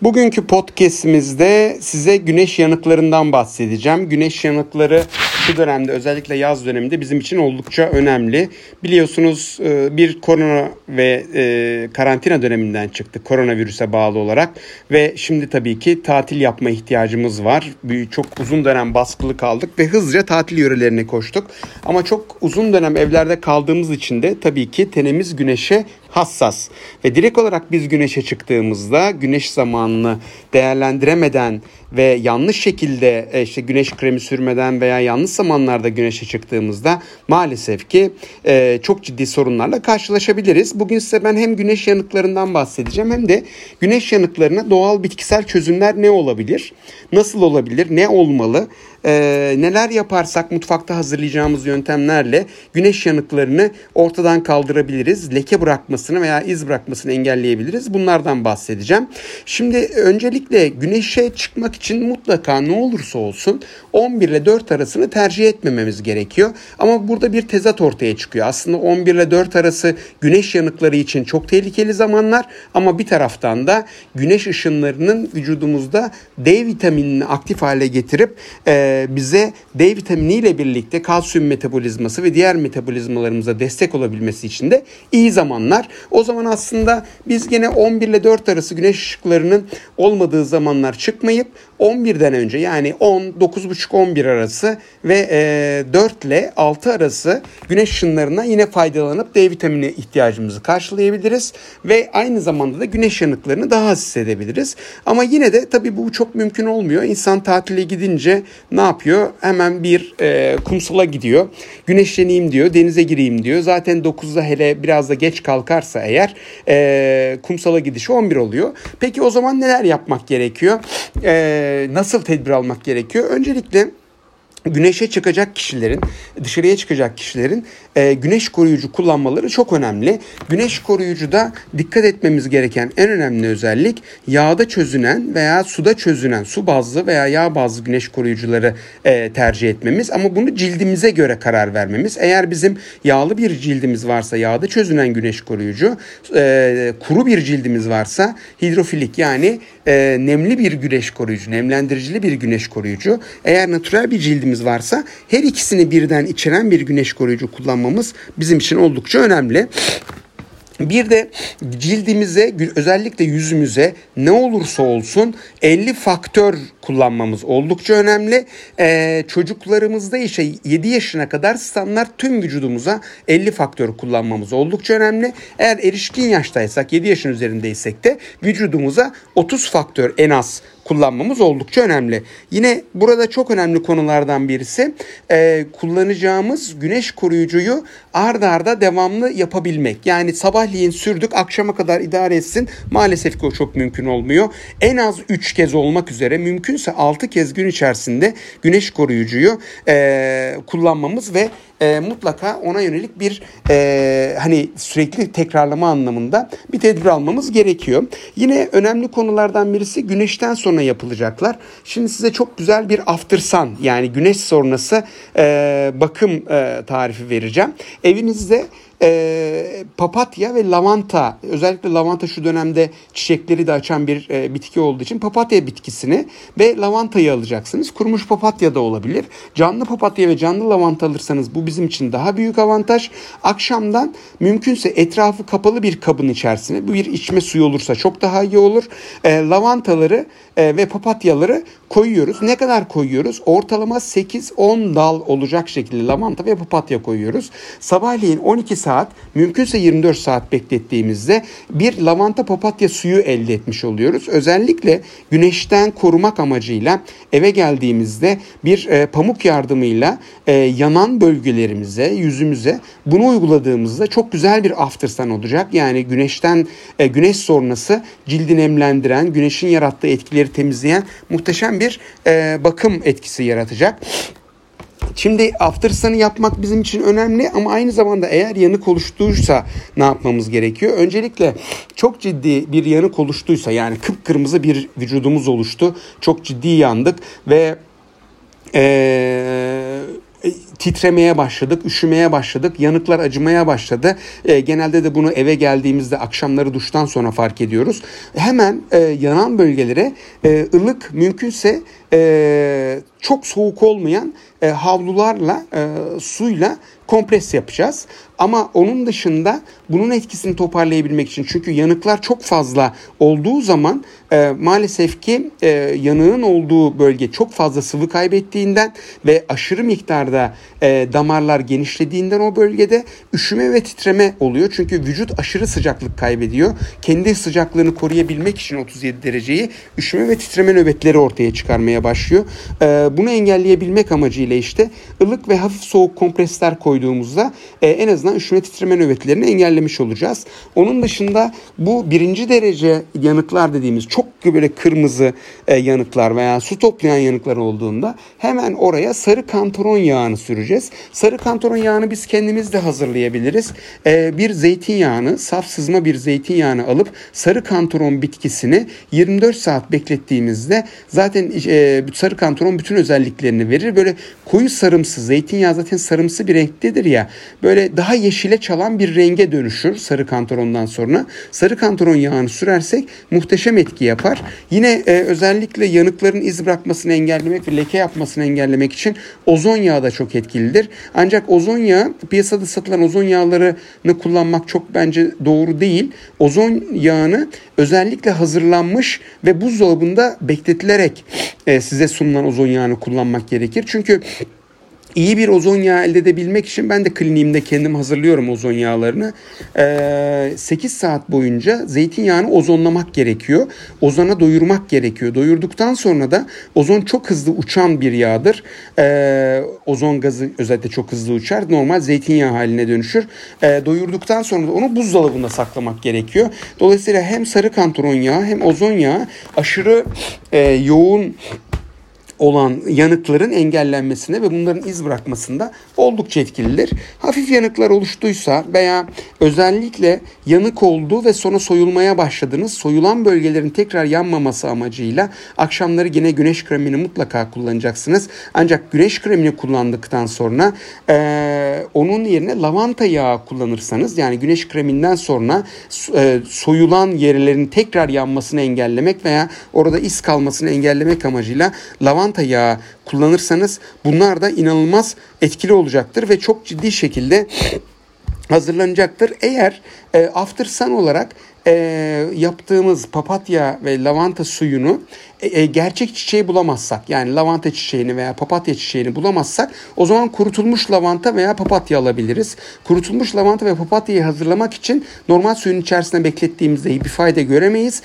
Bugünkü podcast'imizde size güneş yanıklarından bahsedeceğim. Güneş yanıkları şu dönemde, özellikle yaz döneminde bizim için oldukça önemli. Biliyorsunuz bir korona ve karantina döneminden çıktık koronavirüse bağlı olarak. Ve şimdi tabii ki tatil yapma ihtiyacımız var. Çok uzun dönem baskılı kaldık ve hızlıca tatil yörelerine koştuk. Ama çok uzun dönem evlerde kaldığımız için de tabii ki tenimiz güneşe hassas. Ve direkt olarak biz güneşe çıktığımızda güneş zamanını değerlendiremeden ve yanlış şekilde güneş kremi sürmeden veya yanlış zamanlarda güneşe çıktığımızda maalesef ki çok ciddi sorunlarla karşılaşabiliriz. Bugün size ben hem güneş yanıklarından bahsedeceğim hem de güneş yanıklarına doğal bitkisel çözümler ne olabilir, nasıl olabilir, ne olmalı, neler yaparsak mutfakta hazırlayacağımız yöntemlerle güneş yanıklarını ortadan kaldırabiliriz, leke bırakmasını veya iz bırakmasını engelleyebiliriz. Bunlardan bahsedeceğim. Şimdi öncelikle güneşe çıkmak için mutlaka ne olursa olsun 11 ile 4 arasını tercih etmememiz gerekiyor. Ama burada bir tezat ortaya çıkıyor. Aslında 11 ile 4 arası güneş yanıkları için çok tehlikeli zamanlar ama bir taraftan da güneş ışınlarının vücudumuzda D vitaminini aktif hale getirip bize D vitaminiyle birlikte kalsiyum metabolizması ve diğer metabolizmalarımıza destek olabilmesi için de iyi zamanlar. O zaman aslında biz gene 11 ile 4 arası güneş ışıklarının olmadığı zamanlar çıkmayıp 11'den önce yani 10, 9.30-11 arası ve 4 ile 6 arası güneş ışınlarına yine faydalanıp D vitamini ihtiyacımızı karşılayabiliriz ve aynı zamanda da güneş yanıklarını daha az hissedebiliriz. Ama yine de tabii bu çok mümkün olmuyor. İnsan tatile gidince ne yapıyor? Hemen bir kumsala gidiyor. Güneşleneyim diyor, denize gireyim diyor. Zaten 9'da hele biraz da geç kalkarsa eğer kumsala gidişi 11 oluyor. Peki o zaman neler yapmak gerekiyor? Nasıl tedbir almak gerekiyor? Öncelikle güneşe çıkacak kişilerin, dışarıya çıkacak kişilerin güneş koruyucu kullanmaları çok önemli. Güneş koruyucuda dikkat etmemiz gereken en önemli özellik yağda çözünen veya suda çözünen su bazlı veya yağ bazlı güneş koruyucuları tercih etmemiz. Ama bunu cildimize göre karar vermemiz. Eğer bizim yağlı bir cildimiz varsa yağda çözünen güneş koruyucu, kuru bir cildimiz varsa hidrofilik yani nemli bir güneş koruyucu, nemlendiricili bir güneş koruyucu. Eğer natürel bir cildimiz varsa her ikisini birden içeren bir güneş koruyucu kullanmamız bizim için oldukça önemli. Bir de cildimize, özellikle yüzümüze ne olursa olsun 50 faktör kullanmamız oldukça önemli. Çocuklarımızda 7 yaşına kadar standart tüm vücudumuza 50 faktör kullanmamız oldukça önemli. Eğer erişkin yaştaysak, 7 yaşın üzerindeysek de vücudumuza 30 faktör en az kullanmamız oldukça önemli. Yine burada çok önemli konulardan birisi kullanacağımız güneş koruyucuyu arda arda devamlı yapabilmek. Yani sabahleyin sürdük, akşama kadar idare etsin. Maalesef ki o çok mümkün olmuyor. En az 3 kez olmak üzere mümkünse 6 kez gün içerisinde güneş koruyucuyu kullanmamız ve mutlaka ona yönelik bir sürekli tekrarlama anlamında bir tedbir almamız gerekiyor. Yine önemli konulardan birisi güneşten sonra yapılacaklar. Şimdi size çok güzel bir after sun yani güneş sonrası bakım tarifi vereceğim. Evinizde papatya ve lavanta, özellikle lavanta şu dönemde çiçekleri de açan bir bitki olduğu için papatya bitkisini ve lavantayı alacaksınız. Kurumuş papatya da olabilir. Canlı papatya ve canlı lavanta alırsanız bu bizim için daha büyük avantaj. Akşamdan mümkünse etrafı kapalı bir kabın içerisine, bu bir içme suyu olursa çok daha iyi olur. Lavantaları ve papatyaları koyuyoruz. Ne kadar koyuyoruz? Ortalama 8-10 dal olacak şekilde lavanta ve papatya koyuyoruz. Sabahleyin 12 saat, mümkünse 24 saat beklettiğimizde bir lavanta papatya suyu elde etmiş oluyoruz. Özellikle güneşten korumak amacıyla eve geldiğimizde bir pamuk yardımıyla yanan bölgelerimize, yüzümüze bunu uyguladığımızda çok güzel bir after sun olacak. Yani güneş sonrası cildi nemlendiren, güneşin yarattığı etkileri temizleyen muhteşem bir bakım etkisi yaratacak. Şimdi after sun'ı yapmak bizim için önemli ama aynı zamanda eğer yanık oluştuysa ne yapmamız gerekiyor? Öncelikle çok ciddi bir yanık oluştuysa yani kıpkırmızı bir vücudumuz oluştu. Çok ciddi yandık ve titremeye başladık, üşümeye başladık, yanıklar acımaya başladı. Genelde de bunu eve geldiğimizde akşamları duştan sonra fark ediyoruz. Hemen yanan bölgelere ılık, mümkünse çok soğuk olmayan havlularla, suyla kompres yapacağız. Ama onun dışında bunun etkisini toparlayabilmek için, çünkü yanıklar çok fazla olduğu zaman maalesef ki yanığın olduğu bölge çok fazla sıvı kaybettiğinden ve aşırı miktarda damarlar genişlediğinden o bölgede üşüme ve titreme oluyor. Çünkü vücut aşırı sıcaklık kaybediyor. Kendi sıcaklığını koruyabilmek için 37 dereceyi üşüme ve titreme nöbetleri ortaya çıkarmaya başlıyor. Bunu engelleyebilmek amacıyla işte ılık ve hafif soğuk kompresler koyduğumuzda en azından üşüme titreme nöbetlerini engellemiş olacağız. Onun dışında bu birinci derece yanıklar dediğimiz çok böyle kırmızı yanıklar veya su toplayan yanıklar olduğunda hemen oraya sarı kantaron yağını süreceğiz. Sarı kantaron yağını biz kendimiz de hazırlayabiliriz. Bir zeytinyağını, saf sızma bir zeytinyağını alıp sarı kantaron bitkisini 24 saat beklettiğimizde zaten sarı kantaron bütün özelliklerini verir. Böyle koyu sarımsı, zeytinyağı zaten sarımsı bir renktedir ya, böyle daha yeşile çalan bir renge dönüşür sarı kantarondan sonra. Sarı kantaron yağını sürersek muhteşem etki yapar. Yine özellikle yanıkların iz bırakmasını engellemek ve leke yapmasını engellemek için ozon yağı da çok etkilidir. Ancak ozon yağı, piyasada satılan ozon yağlarını kullanmak çok bence doğru değil. Ozon yağını özellikle hazırlanmış ve buzdolabında bekletilerek size sunulan ozon yağını kullanmak gerekir. Çünkü İyi bir ozon yağı elde edebilmek için ben de kliniğimde kendim hazırlıyorum ozon yağlarını. 8 saat boyunca zeytinyağını ozonlamak gerekiyor. Ozona doyurmak gerekiyor. Doyurduktan sonra da ozon çok hızlı uçan bir yağdır. Ozon gazı özellikle çok hızlı uçar. Normal zeytinyağı haline dönüşür. Doyurduktan sonra da onu buzdolabında saklamak gerekiyor. Dolayısıyla hem sarı kantaron yağı hem ozon yağı aşırı yoğun olan yanıkların engellenmesine ve bunların iz bırakmasında oldukça etkilidir. Hafif yanıklar oluştuysa veya özellikle yanık oldu ve sonra soyulmaya başladınız, soyulan bölgelerin tekrar yanmaması amacıyla akşamları yine güneş kremini mutlaka kullanacaksınız. Ancak güneş kremini kullandıktan sonra onun yerine lavanta yağı kullanırsanız, yani güneş kreminden sonra soyulan yerlerin tekrar yanmasını engellemek veya orada iz kalmasını engellemek amacıyla lavanta yağı kullanırsanız bunlar da inanılmaz etkili olacaktır ve çok ciddi şekilde hazırlanacaktır. Eğer after sun olarak yaptığımız papatya ve lavanta suyunu gerçek çiçeği bulamazsak, yani lavanta çiçeğini veya papatya çiçeğini bulamazsak, o zaman kurutulmuş lavanta veya papatya alabiliriz. Kurutulmuş lavanta ve papatyayı hazırlamak için normal suyun içerisinde beklettiğimizde bir fayda göremeyiz.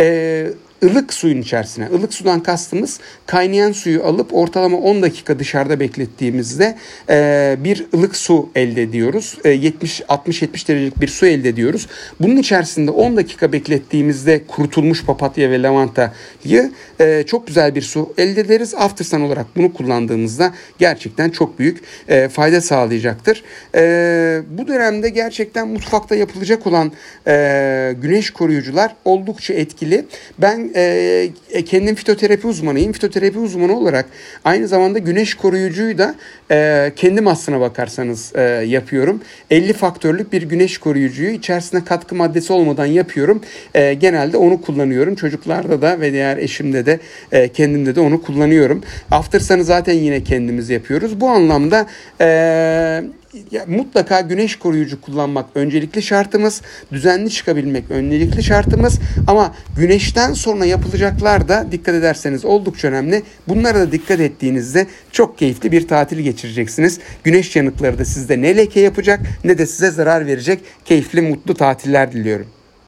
Ilık suyun içerisine, ılık sudan kastımız kaynayan suyu alıp ortalama 10 dakika dışarıda beklettiğimizde bir ılık su elde ediyoruz. 60-70 derecelik bir su elde ediyoruz. Bunun içerisinde 10 dakika beklettiğimizde kurutulmuş papatya ve lavantayı çok güzel bir su elde ederiz. After sun olarak bunu kullandığımızda gerçekten çok büyük fayda sağlayacaktır. Bu dönemde gerçekten mutfakta yapılacak olan güneş koruyucular oldukça etkili. Ben kendim fitoterapi uzmanıyım. Fitoterapi uzmanı olarak aynı zamanda güneş koruyucuyu da kendim aslına bakarsanız yapıyorum. 50 faktörlük bir güneş koruyucuyu içerisine katkı maddesi olmadan yapıyorum. Genelde onu kullanıyorum. Çocuklarda da ve diğer eşimde de kendimde de onu kullanıyorum. After sun'ı zaten yine kendimiz yapıyoruz. Bu anlamda mutlaka güneş koruyucu kullanmak öncelikli şartımız. Düzenli çıkabilmek öncelikli şartımız. Ama güneşten sonra yapılacaklar da dikkat ederseniz oldukça önemli. Bunlara da dikkat ettiğinizde çok keyifli bir tatil geçireceksiniz. Güneş yanıkları da sizde ne leke yapacak ne de size zarar verecek keyifli, mutlu tatiller diliyorum.